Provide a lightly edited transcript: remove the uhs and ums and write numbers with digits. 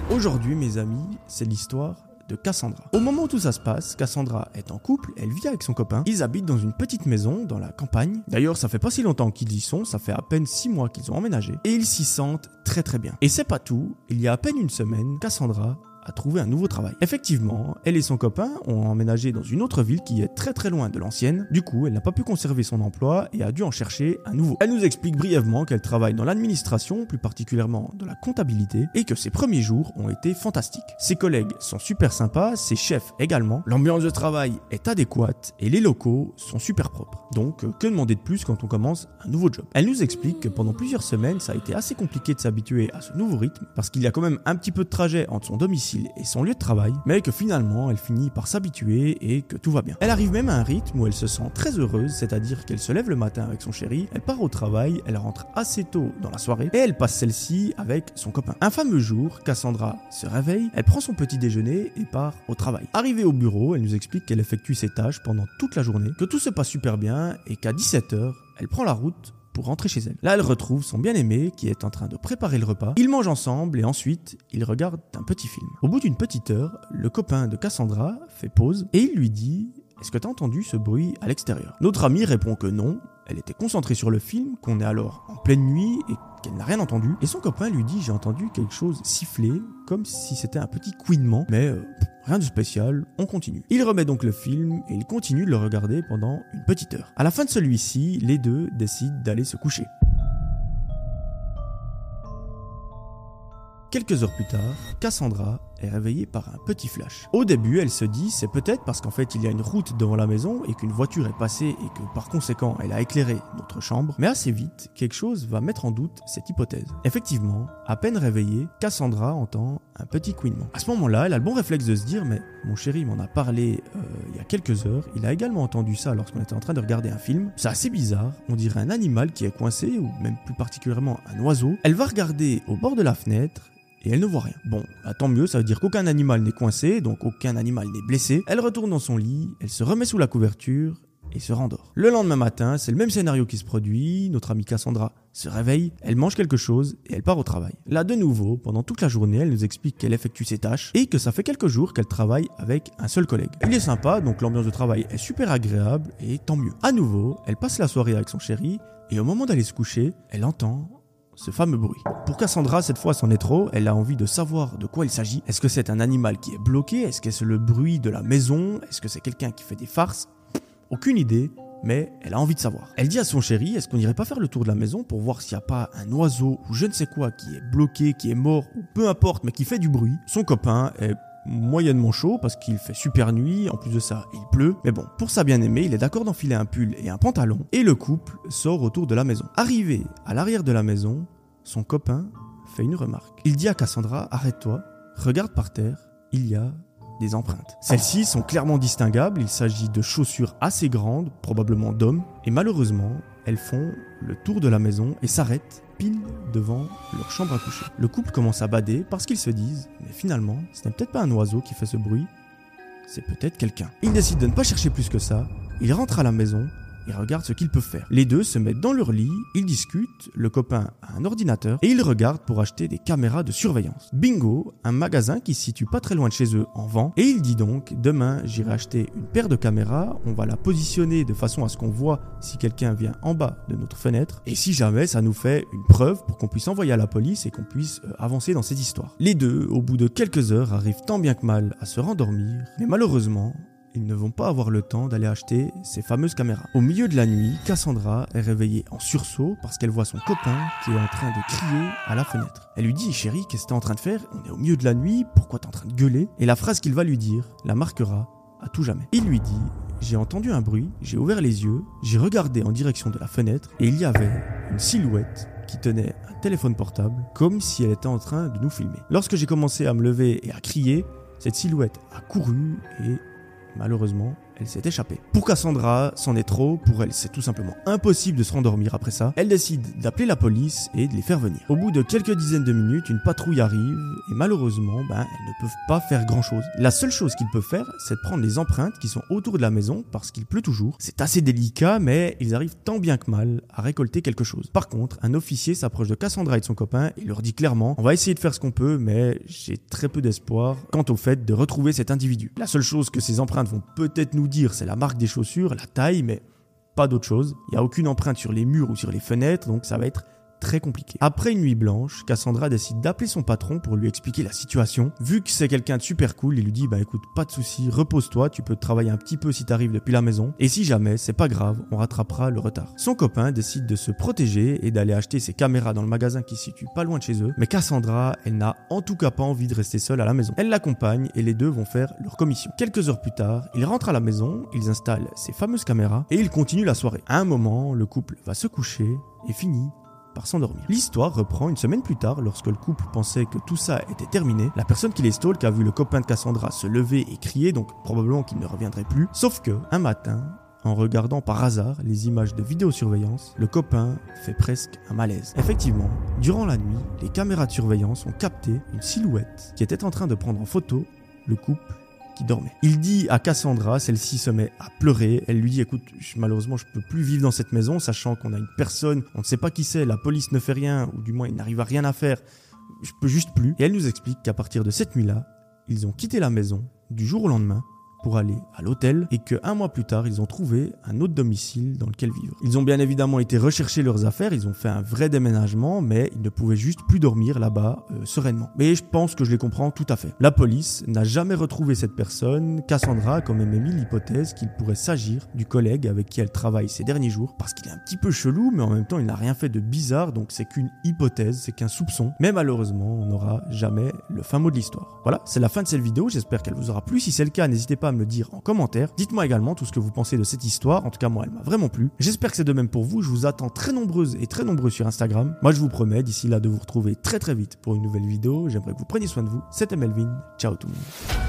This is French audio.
Aujourd'hui, mes amis, c'est l'histoire de Cassandra. Au moment où tout ça se passe, Cassandra est en couple, elle vit avec son copain, ils habitent dans une petite maison dans la campagne. D'ailleurs, ça fait pas si longtemps qu'ils y sont, ça fait à peine 6 mois qu'ils ont emménagé, et ils s'y sentent très très bien. Et c'est pas tout, il y a à peine une semaine, Cassandra a trouvé un nouveau travail. Effectivement, elle et son copain ont emménagé dans une autre ville qui est très très loin de l'ancienne. Du coup, elle n'a pas pu conserver son emploi et a dû en chercher un nouveau. Elle nous explique brièvement qu'elle travaille dans l'administration, plus particulièrement de la comptabilité, et que ses premiers jours ont été fantastiques. Ses collègues sont super sympas, ses chefs également. L'ambiance de travail est adéquate et les locaux sont super propres. Donc, que demander de plus quand on commence un nouveau job? Elle nous explique que pendant plusieurs semaines, ça a été assez compliqué de s'habituer à ce nouveau rythme, parce qu'il y a quand même un petit peu de trajet entre son domicile et son lieu de travail, mais que finalement elle finit par s'habituer et que tout va bien. Elle arrive même à un rythme où elle se sent très heureuse, c'est-à-dire qu'elle se lève le matin avec son chéri, elle part au travail, elle rentre assez tôt dans la soirée et elle passe celle-ci avec son copain. Un fameux jour, Cassandra se réveille, elle prend son petit déjeuner et part au travail. Arrivée au bureau, elle nous explique qu'elle effectue ses tâches pendant toute la journée, que tout se passe super bien et qu'à 17h, elle prend la route pour rentrer chez elle. Là, elle retrouve son bien-aimé qui est en train de préparer le repas. Ils mangent ensemble et ensuite, ils regardent un petit film. Au bout d'une petite heure, le copain de Cassandra fait pause et il lui dit « Est-ce que t'as entendu ce bruit à l'extérieur ?» Notre amie répond que non. Elle était concentrée sur le film, qu'on est alors en pleine nuit et qu'elle n'a rien entendu. Et son copain lui dit « J'ai entendu quelque chose siffler, comme si c'était un petit couinement, mais rien de spécial, on continue. » Il remet donc le film et il continue de le regarder pendant une petite heure. À la fin de celui-ci, les deux décident d'aller se coucher. Quelques heures plus tard, Cassandra est réveillée par un petit flash. Au début, elle se dit c'est peut-être parce qu'en fait il y a une route devant la maison et qu'une voiture est passée et que par conséquent elle a éclairé notre chambre. Mais assez vite, quelque chose va mettre en doute cette hypothèse. Effectivement, à peine réveillée, Cassandra entend un petit couinement. À ce moment-là, elle a le bon réflexe de se dire mais mon chéri m'en a parlé il y a quelques heures, il a également entendu ça lorsqu'on était en train de regarder un film. C'est assez bizarre, on dirait un animal qui est coincé ou même plus particulièrement un oiseau. Elle va regarder au bord de la fenêtre et elle ne voit rien. Bon, bah, tant mieux, ça veut dire qu'aucun animal n'est coincé, donc aucun animal n'est blessé. Elle retourne dans son lit, elle se remet sous la couverture et se rendort. Le lendemain matin, c'est le même scénario qui se produit, notre amie Cassandra se réveille, elle mange quelque chose et elle part au travail. Là, de nouveau, pendant toute la journée, elle nous explique qu'elle effectue ses tâches et que ça fait quelques jours qu'elle travaille avec un seul collègue. Il est sympa, donc l'ambiance de travail est super agréable et tant mieux. À nouveau, elle passe la soirée avec son chéri et au moment d'aller se coucher, elle entend ce fameux bruit. Pour Cassandra, cette fois, c'en est trop. Elle a envie de savoir de quoi il s'agit. Est-ce que c'est un animal qui est bloqué? Est-ce que c'est le bruit de la maison? Est-ce que c'est quelqu'un qui fait des farces? Aucune idée, mais elle a envie de savoir. Elle dit à son chéri, est-ce qu'on n'irait pas faire le tour de la maison pour voir s'il n'y a pas un oiseau ou je ne sais quoi qui est bloqué, qui est mort, ou peu importe, mais qui fait du bruit? Son copain est moyennement chaud parce qu'il fait super nuit, en plus de ça il pleut, mais bon, pour sa bien-aimée il est d'accord d'enfiler un pull et un pantalon et le couple sort autour de la maison. Arrivé à l'arrière de la maison, son copain fait une remarque. Il dit à Cassandra, arrête-toi, regarde par terre, il y a des empreintes. Celles-ci sont clairement distinguables, il s'agit de chaussures assez grandes, probablement d'hommes, et malheureusement, elles font le tour de la maison et s'arrêtent pile devant leur chambre à coucher. Le couple commence à bader parce qu'ils se disent « Mais finalement, ce n'est peut-être pas un oiseau qui fait ce bruit, c'est peut-être quelqu'un. » Ils décident de ne pas chercher plus que ça, ils rentrent à la maison et regardent ce qu'ils peuvent faire. Les deux se mettent dans leur lit, ils discutent, le copain a un ordinateur et ils regardent pour acheter des caméras de surveillance. Bingo, un magasin qui se situe pas très loin de chez eux en vend et il dit donc demain j'irai acheter une paire de caméras, on va la positionner de façon à ce qu'on voit si quelqu'un vient en bas de notre fenêtre et si jamais ça nous fait une preuve pour qu'on puisse envoyer à la police et qu'on puisse avancer dans cette histoire. Les deux, au bout de quelques heures, arrivent tant bien que mal à se rendormir, mais malheureusement, ils ne vont pas avoir le temps d'aller acheter ces fameuses caméras. Au milieu de la nuit, Cassandra est réveillée en sursaut parce qu'elle voit son copain qui est en train de crier à la fenêtre. Elle lui dit « Chérie, qu'est-ce que t'es en train de faire? On est au milieu de la nuit, pourquoi t'es en train de gueuler ?» Et la phrase qu'il va lui dire la marquera à tout jamais. Il lui dit « J'ai entendu un bruit, j'ai ouvert les yeux, j'ai regardé en direction de la fenêtre et il y avait une silhouette qui tenait un téléphone portable comme si elle était en train de nous filmer. Lorsque j'ai commencé à me lever et à crier, cette silhouette a couru et malheureusement, elle s'est échappée. Pour Cassandra, c'en est trop, pour elle c'est tout simplement impossible de se rendormir après ça. Elle décide d'appeler la police et de les faire venir. Au bout de quelques dizaines de minutes, une patrouille arrive et malheureusement, elles ne peuvent pas faire grand chose. La seule chose qu'ils peuvent faire, c'est de prendre les empreintes qui sont autour de la maison parce qu'il pleut toujours. C'est assez délicat, mais ils arrivent tant bien que mal à récolter quelque chose. Par contre, un officier s'approche de Cassandra et de son copain et leur dit clairement: on va essayer de faire ce qu'on peut, mais j'ai très peu d'espoir quant au fait de retrouver cet individu. La seule chose que ces empreintes vont peut-être nous dire, c'est la marque des chaussures, la taille, mais pas d'autre chose. Il n'y a aucune empreinte sur les murs ou sur les fenêtres, donc ça va être très compliqué. Après une nuit blanche, Cassandra décide d'appeler son patron pour lui expliquer la situation. Vu que c'est quelqu'un de super cool, il lui dit: écoute, pas de souci, repose-toi, tu peux travailler un petit peu si t'arrives depuis la maison, et si jamais, c'est pas grave, on rattrapera le retard. Son copain décide de se protéger et d'aller acheter ses caméras dans le magasin qui se situe pas loin de chez eux, mais Cassandra, elle n'a en tout cas pas envie de rester seule à la maison. Elle l'accompagne et les deux vont faire leur commission. Quelques heures plus tard, ils rentrent à la maison, ils installent ces fameuses caméras et ils continuent la soirée. À un moment, le couple va se coucher et finit par s'endormir. L'histoire reprend une semaine plus tard lorsque le couple pensait que tout ça était terminé. La personne qui les stalk a vu le copain de Cassandra se lever et crier, donc probablement qu'il ne reviendrait plus. Sauf que, un matin, en regardant par hasard les images de vidéosurveillance, le copain fait presque un malaise. Effectivement, durant la nuit, les caméras de surveillance ont capté une silhouette qui était en train de prendre en photo le couple qui dormait. Il dit à Cassandra, celle-ci se met à pleurer, elle lui dit: écoute, malheureusement je peux plus vivre dans cette maison, sachant qu'on a une personne, on ne sait pas qui c'est, la police ne fait rien, ou du moins il n'arrive à rien à faire, je peux juste plus. Et elle nous explique qu'à partir de cette nuit-là, ils ont quitté la maison du jour au lendemain pour aller à l'hôtel et qu'un mois plus tard, ils ont trouvé un autre domicile dans lequel vivre. Ils ont bien évidemment été rechercher leurs affaires, ils ont fait un vrai déménagement, mais ils ne pouvaient juste plus dormir là-bas sereinement. Mais je pense que je les comprends tout à fait. La police n'a jamais retrouvé cette personne. Cassandra a quand même émis l'hypothèse qu'il pourrait s'agir du collègue avec qui elle travaille ces derniers jours, parce qu'il est un petit peu chelou, mais en même temps il n'a rien fait de bizarre, donc c'est qu'une hypothèse, c'est qu'un soupçon. Mais malheureusement, on n'aura jamais le fin mot de l'histoire. Voilà, c'est la fin de cette vidéo, j'espère qu'elle vous aura plu. Si c'est le cas, n'hésitez pas à me le dire en commentaire. Dites-moi également tout ce que vous pensez de cette histoire. En tout cas, moi, elle m'a vraiment plu. J'espère que c'est de même pour vous. Je vous attends très nombreuses et très nombreux sur Instagram. Moi, je vous promets d'ici là de vous retrouver très très vite pour une nouvelle vidéo. J'aimerais que vous preniez soin de vous. C'était Melvin. Ciao tout le monde.